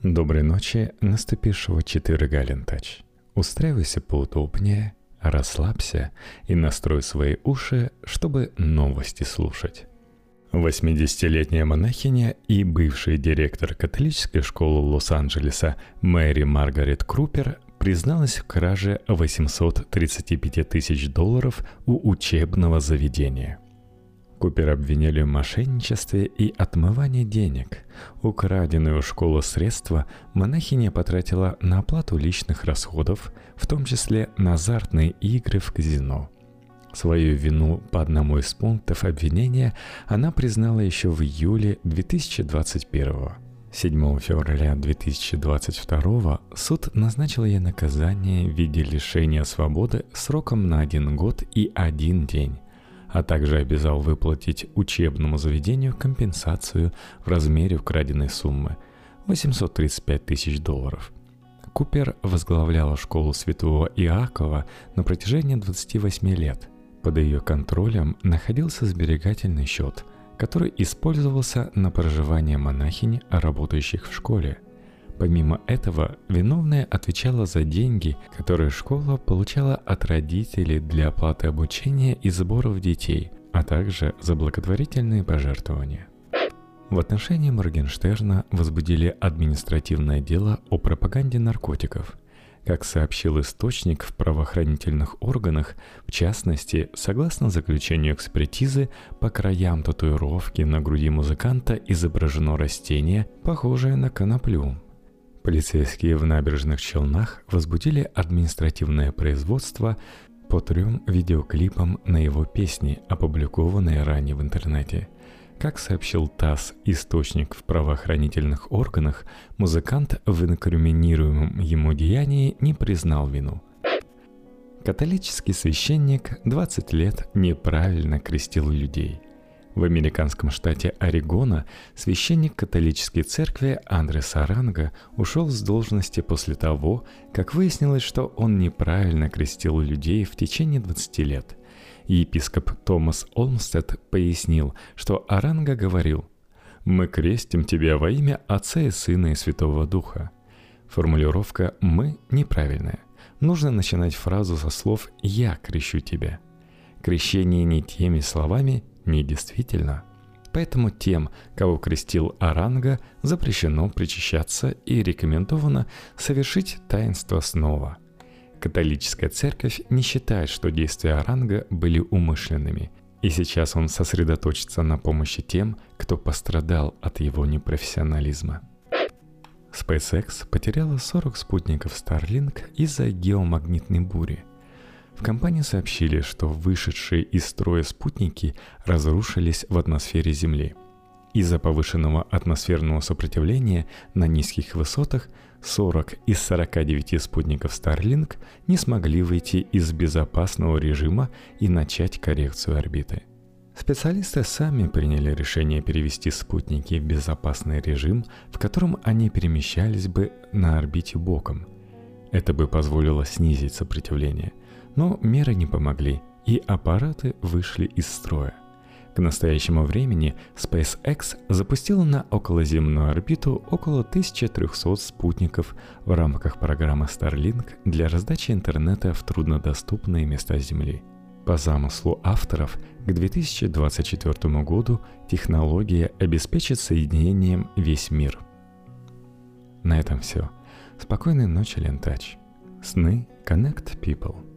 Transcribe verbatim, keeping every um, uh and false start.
Доброй ночи, наступившего четверга, Лентач. Устраивайся поудобнее, расслабься и настрой свои уши, чтобы новости слушать. восьмидесятилетняя монахиня и бывший директор католической школы Лос-Анджелеса Мэри Маргарет Крупер призналась в краже восемьсот тридцать пять тысяч долларов у учебного заведения. Купер обвинили в мошенничестве и отмывании денег. Украденные у школы средства монахиня потратила на оплату личных расходов, в том числе на азартные игры в казино. Свою вину по одному из пунктов обвинения она признала еще в июле две тысячи двадцать первого. седьмого февраля две тысячи двадцать второго суд назначил ей наказание в виде лишения свободы сроком на один год и один день, а также обязал выплатить учебному заведению компенсацию в размере украденной суммы – восемьсот тридцать пять тысяч долларов. Купер возглавляла школу Святого Иакова на протяжении двадцати восьми лет. Под ее контролем находился сберегательный счет, который использовался на проживание монахинь, работающих в школе. Помимо этого, виновная отвечала за деньги, которые школа получала от родителей для оплаты обучения и сборов детей, а также за благотворительные пожертвования. В отношении Моргенштерна возбудили административное дело о пропаганде наркотиков. Как сообщил источник в правоохранительных органах, в частности, согласно заключению экспертизы, по краям татуировки на груди музыканта изображено растение, похожее на коноплю. Полицейские в Набережных Челнах возбудили административное производство по трем видеоклипам на его песни, опубликованные ранее в интернете. Как сообщил ТАСС, источник в правоохранительных органах, музыкант в инкриминируемом ему деянии не признал вину. Католический священник двадцать лет неправильно крестил людей. В американском штате Орегона священник католической церкви Андрес Аранга ушел с должности после того, как выяснилось, что он неправильно крестил людей в течение двадцати лет. Епископ Томас Олмстед пояснил, что Аранга говорил: «Мы крестим тебя во имя Отца и Сына и Святого Духа». Формулировка «мы» неправильная. Нужно начинать фразу со слов «я крещу тебя». Крещение не теми словами недействительно. Поэтому тем, кого крестил Аранга, запрещено причащаться и рекомендовано совершить таинство снова. Католическая церковь не считает, что действия Аранга были умышленными, и сейчас он сосредоточится на помощи тем, кто пострадал от его непрофессионализма. SpaceX потеряла сорок спутников Starlink из-за геомагнитной бури. В компании сообщили, что вышедшие из строя спутники разрушились в атмосфере Земли. Из-за повышенного атмосферного сопротивления на низких высотах сорок из сорока девяти спутников Starlink не смогли выйти из безопасного режима и начать коррекцию орбиты. Специалисты сами приняли решение перевести спутники в безопасный режим, в котором они перемещались бы на орбите боком. Это бы позволило снизить сопротивление, но меры не помогли, и аппараты вышли из строя. К настоящему времени SpaceX запустила на околоземную орбиту около тысячи трехсот спутников в рамках программы Starlink для раздачи интернета в труднодоступные места Земли. По замыслу авторов, к две тысячи двадцать четвёртому году технология обеспечит соединением весь мир. На этом все. Спокойной ночи, Лентач. Сны Connect People.